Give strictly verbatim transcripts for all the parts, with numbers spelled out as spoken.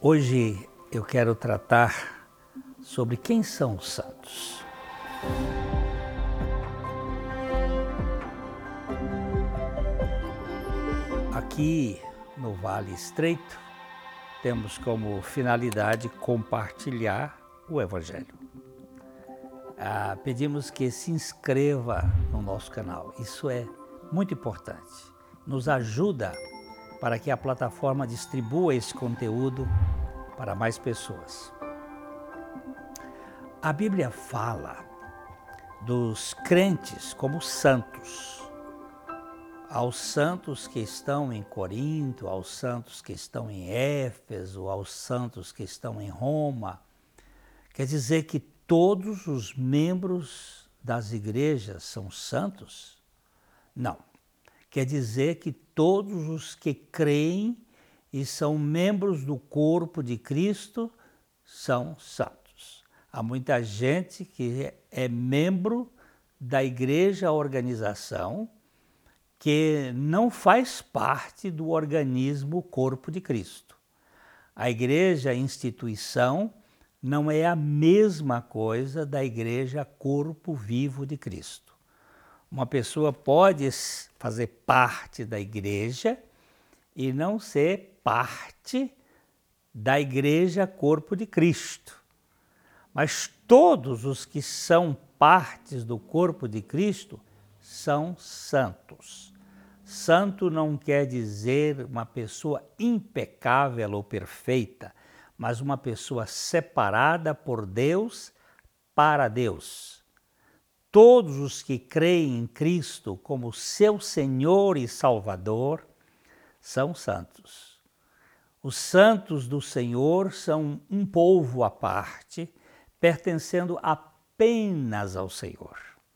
Hoje eu quero tratar sobre quem são os santos. Aqui no Vale Estreito temos como finalidade compartilhar o Evangelho. Ah, pedimos que se inscreva no nosso canal, isso é muito importante, nos ajuda para que a plataforma distribua esse conteúdo para mais pessoas. A Bíblia fala dos crentes como santos, aos santos que estão em Corinto, aos santos que estão em Éfeso, aos santos que estão em Roma. Quer dizer que todos os membros das igrejas são santos? Não. Quer dizer que todos os que creem e são membros do corpo de Cristo são santos. Há muita gente que é membro da igreja, organização, que não faz parte do organismo corpo de Cristo. A igreja, a instituição, não é a mesma coisa da igreja corpo vivo de Cristo. Uma pessoa pode fazer parte da igreja e não ser parte da igreja corpo de Cristo. Mas todos os que são partes do corpo de Cristo são santos. Santo não quer dizer uma pessoa impecável ou perfeita, mas uma pessoa separada por Deus para Deus. Todos os que creem em Cristo como seu Senhor e Salvador são santos. Os santos do Senhor são um povo à parte, pertencendo apenas ao Senhor.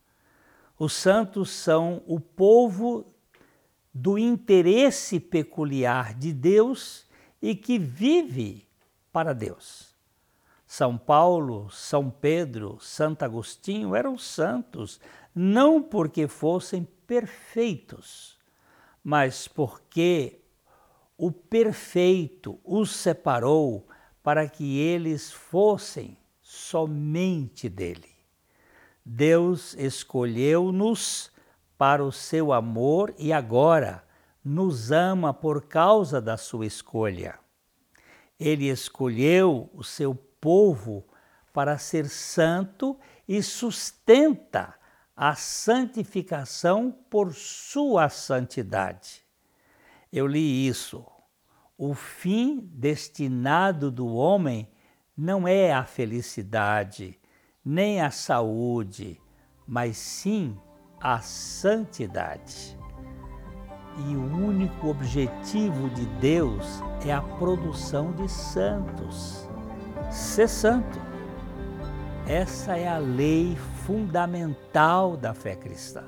Os santos são o povo do interesse peculiar de Deus e que vive para Deus. São Paulo, São Pedro, Santo Agostinho eram santos, não porque fossem perfeitos, mas porque o perfeito os separou para que eles fossem somente dele. Deus escolheu-nos para o seu amor e agora nos ama por causa da sua escolha. Ele escolheu o seu povo para ser santo e sustenta a santificação por sua santidade. Eu li isso. O fim destinado do homem não é a felicidade, nem a saúde, mas sim a santidade. E o único objetivo de Deus é a produção de santos. Ser santo. Essa é a lei fundamental da fé cristã.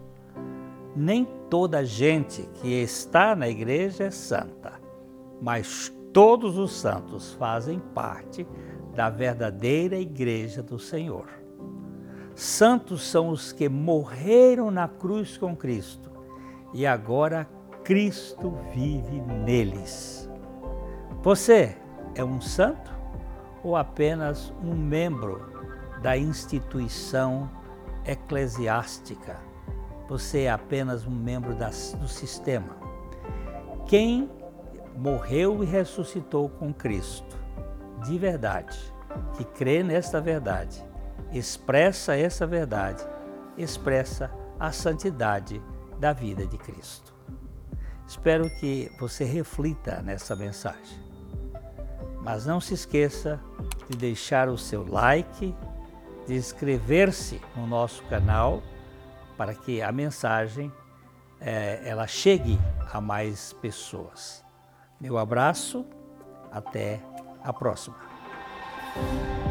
Nem toda gente que está na igreja é santa, mas todos os santos fazem parte da verdadeira igreja do Senhor. Santos são os que morreram na cruz com Cristo e agora Cristo vive neles. Você é um santo ou apenas um membro da instituição eclesiástica? Você é apenas um membro das, do sistema. Quem morreu e ressuscitou com Cristo, de verdade, que crê nesta verdade, expressa essa verdade, expressa a santidade da vida de Cristo. Espero que você reflita nessa mensagem. Mas não se esqueça de deixar o seu like, de inscrever-se no nosso canal para que a mensagem eh, ela chegue a mais pessoas. Meu abraço, até a próxima.